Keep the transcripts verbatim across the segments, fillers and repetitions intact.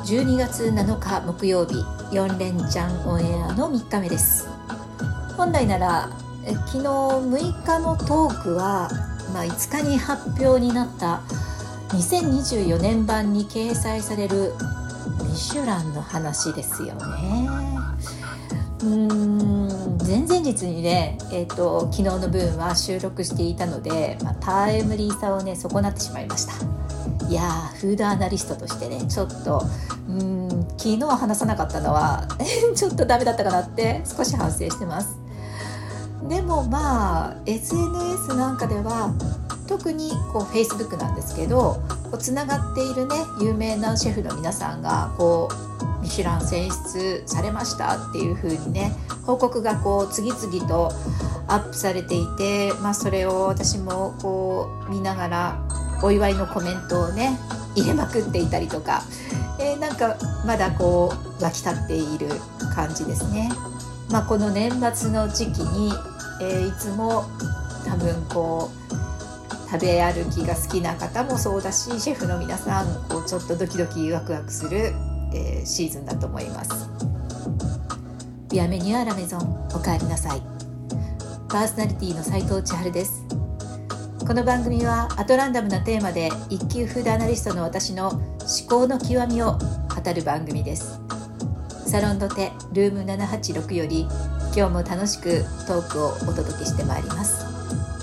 じゅうにがつなのか木曜日、よん連チャンオンエアのみっかめです。本来ならえ昨日むいかのトークは、まあ、いつかに発表になったにせんにじゅうよねん版に掲載されるミシュランの話ですよね。うーん前々日にね、えーと、昨日の分は収録していたので、まあ、タイムリーさをね損なってしまいました。いやーフードアナリストとしてねちょっとうーん昨日話さなかったのはちょっとダメだったかなって少し反省してます。でもまあ エスエヌエス なんかでは特にこう Facebook なんですけど、こうつながっているね有名なシェフの皆さんがこうミシュラン選出されましたっていう風にね報告がこう次々とアップされていて、まあ、それを私もこう見ながらお祝いのコメントをね入れまくっていたりとか、えー、なんかまだこう湧き立っている感じですね。まあ、この年末の時期に、えー、いつも多分こう食べ歩きが好きな方もそうだし、シェフの皆さんこうちょっとドキドキワクワクする、えー、シーズンだと思います。ビアメニューアラメゾン、おかえりなさい。パーソナリティの斉藤千春です。この番組はアトランダムなテーマで一級フードアナリストの私の思考の極みを語る番組です。サロンドテルームななはちろくより今日も楽しくトークをお届けしてまいります。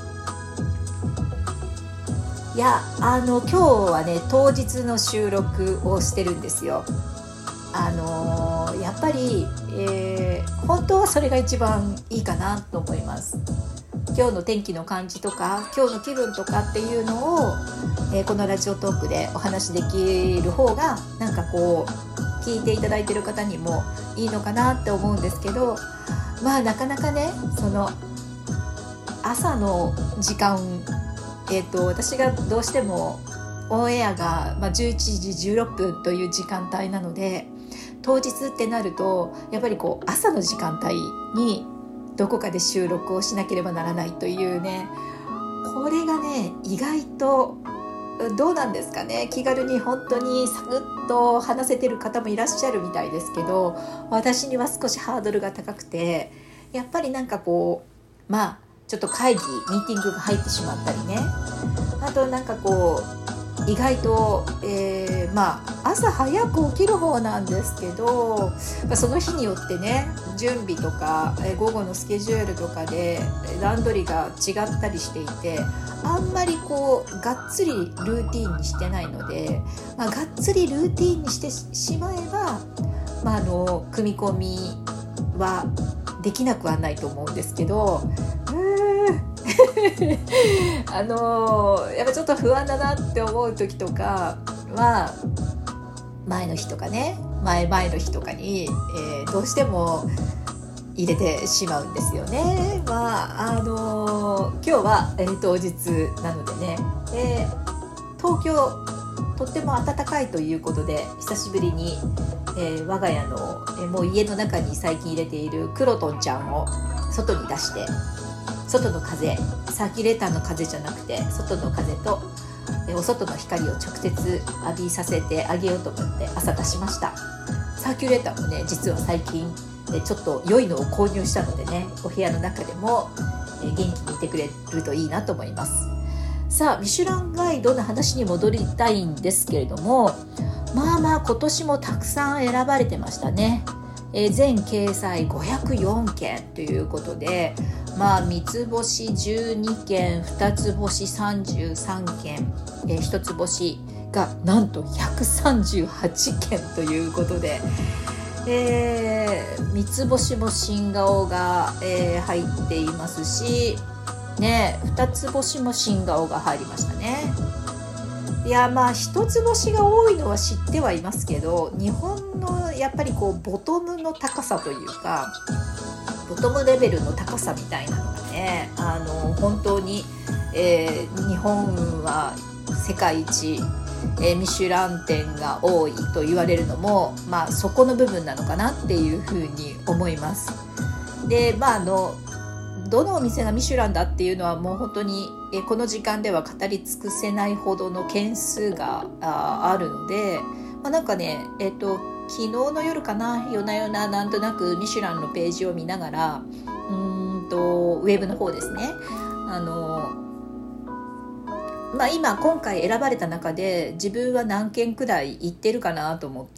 いやあの今日はね当日の収録をしてるんですよ。あのー、やっぱり、えー、本当はそれが一番いいかなと思います。今日の天気の感じとか今日の気分とかっていうのを、えー、このラジオトークでお話できる方がなんかこう聞いていただいている方にもいいのかなって思うんですけど、まあなかなかねその朝の時間、えーと、私がどうしてもオンエアが、まあ、じゅういちじじゅうろっぷんという時間帯なので、当日ってなるとやっぱりこう朝の時間帯にどこかで収録をしなければならないというね、これがね意外とどうなんですかね、気軽に本当にサクッと話せてる方もいらっしゃるみたいですけど、私には少しハードルが高くて、やっぱりなんかこうまあちょっと会議ミーティングが入ってしまったりね、あとなんかこう意外と、えー、まあ朝早く起きる方なんですけど、その日によってね準備とか午後のスケジュールとかで段取りが違ったりしていて、あんまりこうがっつりルーティーンにしてないので、まあ、がっつりルーティーンにしてしまえば、まあ、あの組み込みはできなくはないと思うんですけど、うーあのー、やっぱちょっと不安だなって思う時とかは前の日とかね前々の日とかに、えー、どうしても入れてしまうんですよね。まああのー、今日は、えー、当日なのでね、えー、東京とっても暖かいということで久しぶりに、えー、我が家の、えー、もう家の中に最近入れているクロトンちゃんを外に出して、外の風、サーキュレーターの風じゃなくて外の風とお外の光を直接浴びさせてあげようと思って朝出しました。サーキュレーターもね実は最近ちょっと良いのを購入したのでね、お部屋の中でも元気にいてくれるといいなと思います。さあミシュランガイドの話に戻りたいんですけれども、まあまあ今年もたくさん選ばれてましたね。えー、全掲載ごひゃくよんけんということで、まあ三つ星じゅうにけん、二つ星さんじゅうさんけん、えー、一つ星がなんとひゃくさんじゅうはちけんということで、えー、三つ星も新顔が、えー、入っていますし、ね、二つ星も新顔が入りましたね。いやまあ一つ星が多いのは知ってはいますけど、日本のやっぱりこうボトムの高さというかボトムレベルの高さみたいなのがね、あの本当に、えー、日本は世界一、えー、ミシュラン店が多いと言われるのも、まあ、そこの部分なのかなっていうふうに思います。で、まあ、あのどのお店がミシュランだっていうのはもう本当に、えー、この時間では語り尽くせないほどの件数が あ, あるので、 まあ、なんかねえっと昨日の夜かな、夜な夜ななんとなくミシュランのページを見ながら、うーんとウェブの方ですね、あのまあ、今今回選ばれた中で自分は何件くらい行ってるかなと思って、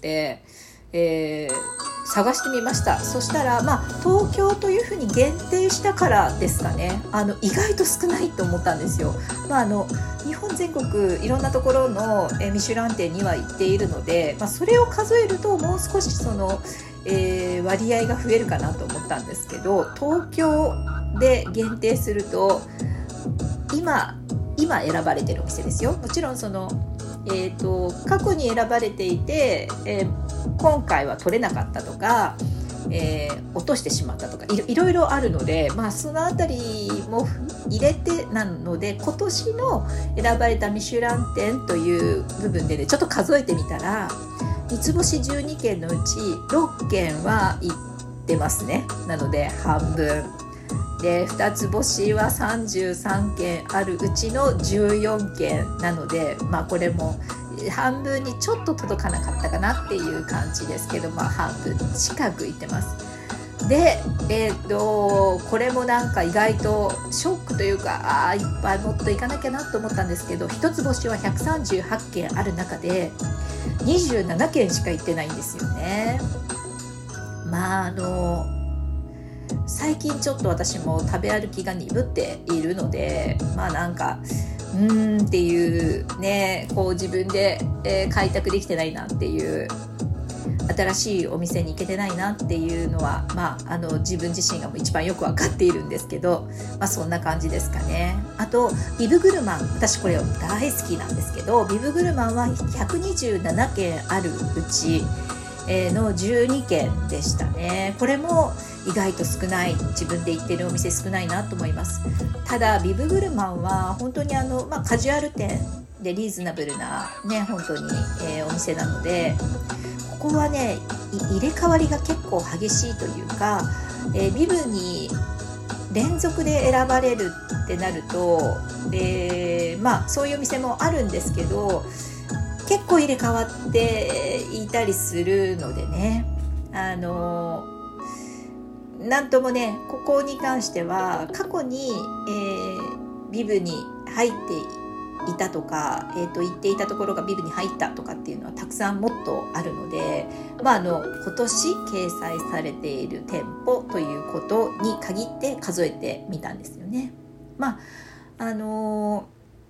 えー、探してみました。そしたら、まあ、東京というふうに限定したからですかね、あの意外と少ないと思ったんですよ。まあ、あの日本全国いろんなところの、えー、ミシュラン店には行っているので、まあ、それを数えるともう少しその、えー、割合が増えるかなと思ったんですけど、東京で限定すると今今選ばれてるお店ですよ。もちろんその、えーと、過去に選ばれていて、えー、今回は取れなかったとか、えー、落としてしまったとか いろ、いろいろあるので、まあ、そのあたりも入れてなので、今年の選ばれたミシュラン店という部分で、ね、ちょっと数えてみたら三つ星じゅうにけんのうちろっけんは行ってますね。なので半分で、ふたつ星はさんじゅうさんけんあるうちのじゅうよんけんなので、まあこれも半分にちょっと届かなかったかなっていう感じですけど、まあ半分近くいってます。で、えー、とこれもなんか意外とショックというか、あーいっぱいもっといかなきゃなと思ったんですけど、一つ星はひゃくさんじゅうはちけんある中でにじゅうななけんしか行ってないんですよね。まああの最近ちょっと私も食べ歩きが鈍っているので、まあなんかうーんっていうね、こう自分で、えー、開拓できてないなっていう、新しいお店に行けてないなっていうのは、まあ、あの自分自身が一番よく分かっているんですけど、まあ、そんな感じですかね。あとビブグルマン、私これ大好きなんですけど、ビブグルマンはひゃくにじゅうななけんあるうちのじゅうにけんでしたね。これも意外と少ない、自分で行ってるお店少ないなと思います。ただビブグルマンは本当にあの、まあ、カジュアル店でリーズナブルなね、本当に、えー、お店なので、ここはね入れ替わりが結構激しいというか、えー、ビブに連続で選ばれるってなると、えー、まあそういうお店もあるんですけど、結構入れ替わっていたりするのでね、あのなんともね、ここに関しては過去に、えー、ビブに入っていたとか、えー、と言っていたところがビブに入ったとかっていうのはたくさんもっとあるので、まあ、あの今年掲載されている店舗ということに限って数えてみたんですよね。まああの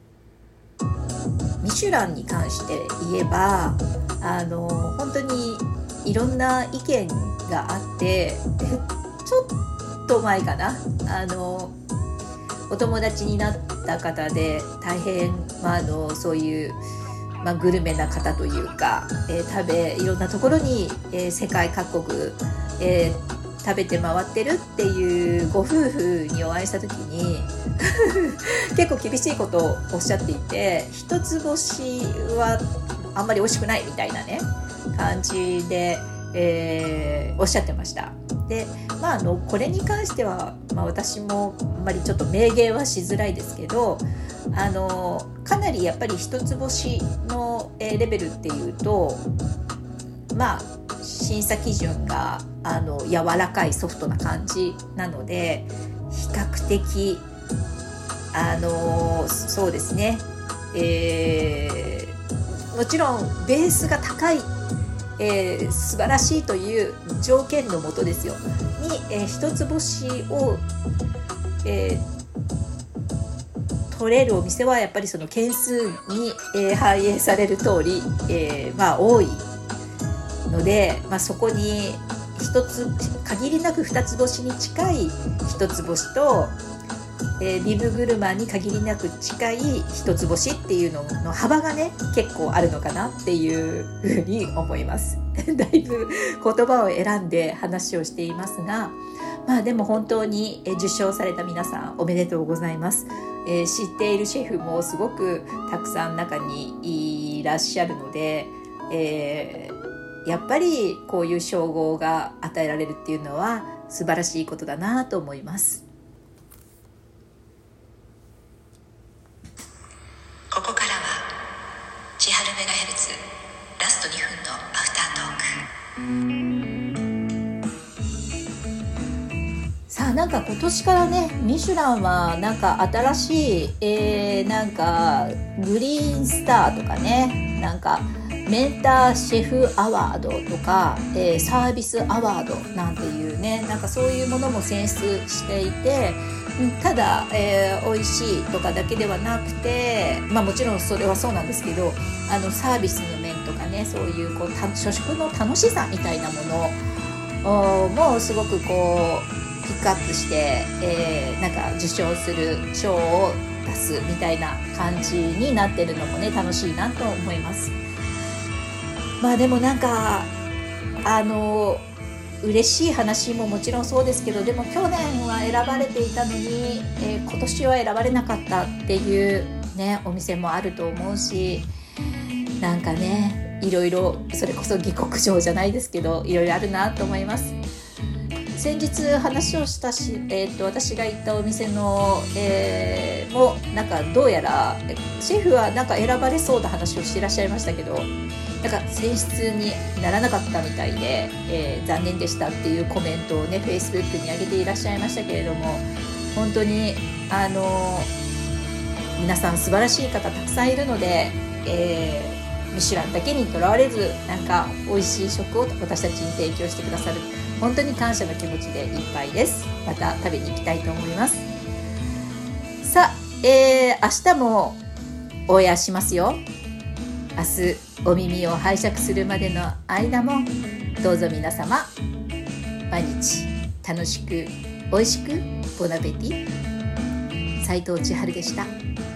ミシュランに関して言えば、あの本当にいろんな意見があって、ちょっと前かな、あのお友達になった方で大変、まあ、あのそういう、まあ、グルメな方というか、えー、食べいろんなところに、えー、世界各国、えー、食べて回ってるっていうご夫婦にお会いした時に結構厳しいことをおっしゃっていて、一つ星はあんまり美味しくないみたいなね感じで、えー、おっしゃってました。で、まあ、あのこれに関しては、まあ、私もあんまりちょっと明言はしづらいですけど、あのかなりやっぱり一つ星のレベルっていうと、まあ審査基準があの柔らかいソフトな感じなので、比較的あのそうですね、えー、もちろんベースが高い、えー、素晴らしいという条件のもとですよに、えー、一つ星を、えー、取れるお店はやっぱりその件数に、えー、反映される通り、えー、まあ多いので、まあ、そこに一つ限りなく二つ星に近い一つ星と、えー、ビブグルマンに限りなく近い一つ星っていうのの幅がね結構あるのかなっていうふうに思いますだいぶ言葉を選んで話をしていますが、まあでも本当に受賞された皆さんおめでとうございます。えー、知っているシェフもすごくたくさん中にいらっしゃるので、えー、やっぱりこういう称号が与えられるっていうのは素晴らしいことだなと思います。 ここからは千春メガヘルツラストトにふんのアフタートーク。 さあなんか今年からねミシュランはなんか新しい、えー、なんかグリーンスターとかね、なんかメンターシェフアワードとか、えー、サービスアワードなんていうね、なんかそういうものも選出していて、ただ、えー、美味しいとかだけではなくて、まあもちろんそれはそうなんですけど、あのサービスの面とかね、そういうこう初食の楽しさみたいなものもすごくこうピックアップして、えー、なんか受賞する賞を出すみたいな感じになってるのもね、楽しいなと思います。まあでもなんかあの嬉しい話ももちろんそうですけど、でも去年は選ばれていたのに、えー、今年は選ばれなかったっていうねお店もあると思うし、なんかねいろいろそれこそ下克上じゃないですけど、いろいろあるなと思います。先日話をしたし、えー、と私が行ったお店の、えー、もなんかどうやらシェフはなんか選ばれそうな話をしていらっしゃいましたけど、なんか選出にならなかったみたいで、えー、残念でしたっていうコメントをね Facebook に上げていらっしゃいましたけれども、本当にあの皆さん素晴らしい方たくさんいるので、えー、ミシュランだけにとらわれず、なんか美味しい食を私たちに提供してくださる、本当に感謝の気持ちでいっぱいです。また食べに行きたいと思います。さあ、えー、明日もオンエアしますよ。明日お耳を拝借するまでの間もどうぞ皆様毎日楽しく美味しくボナペティ。斉藤千春でした。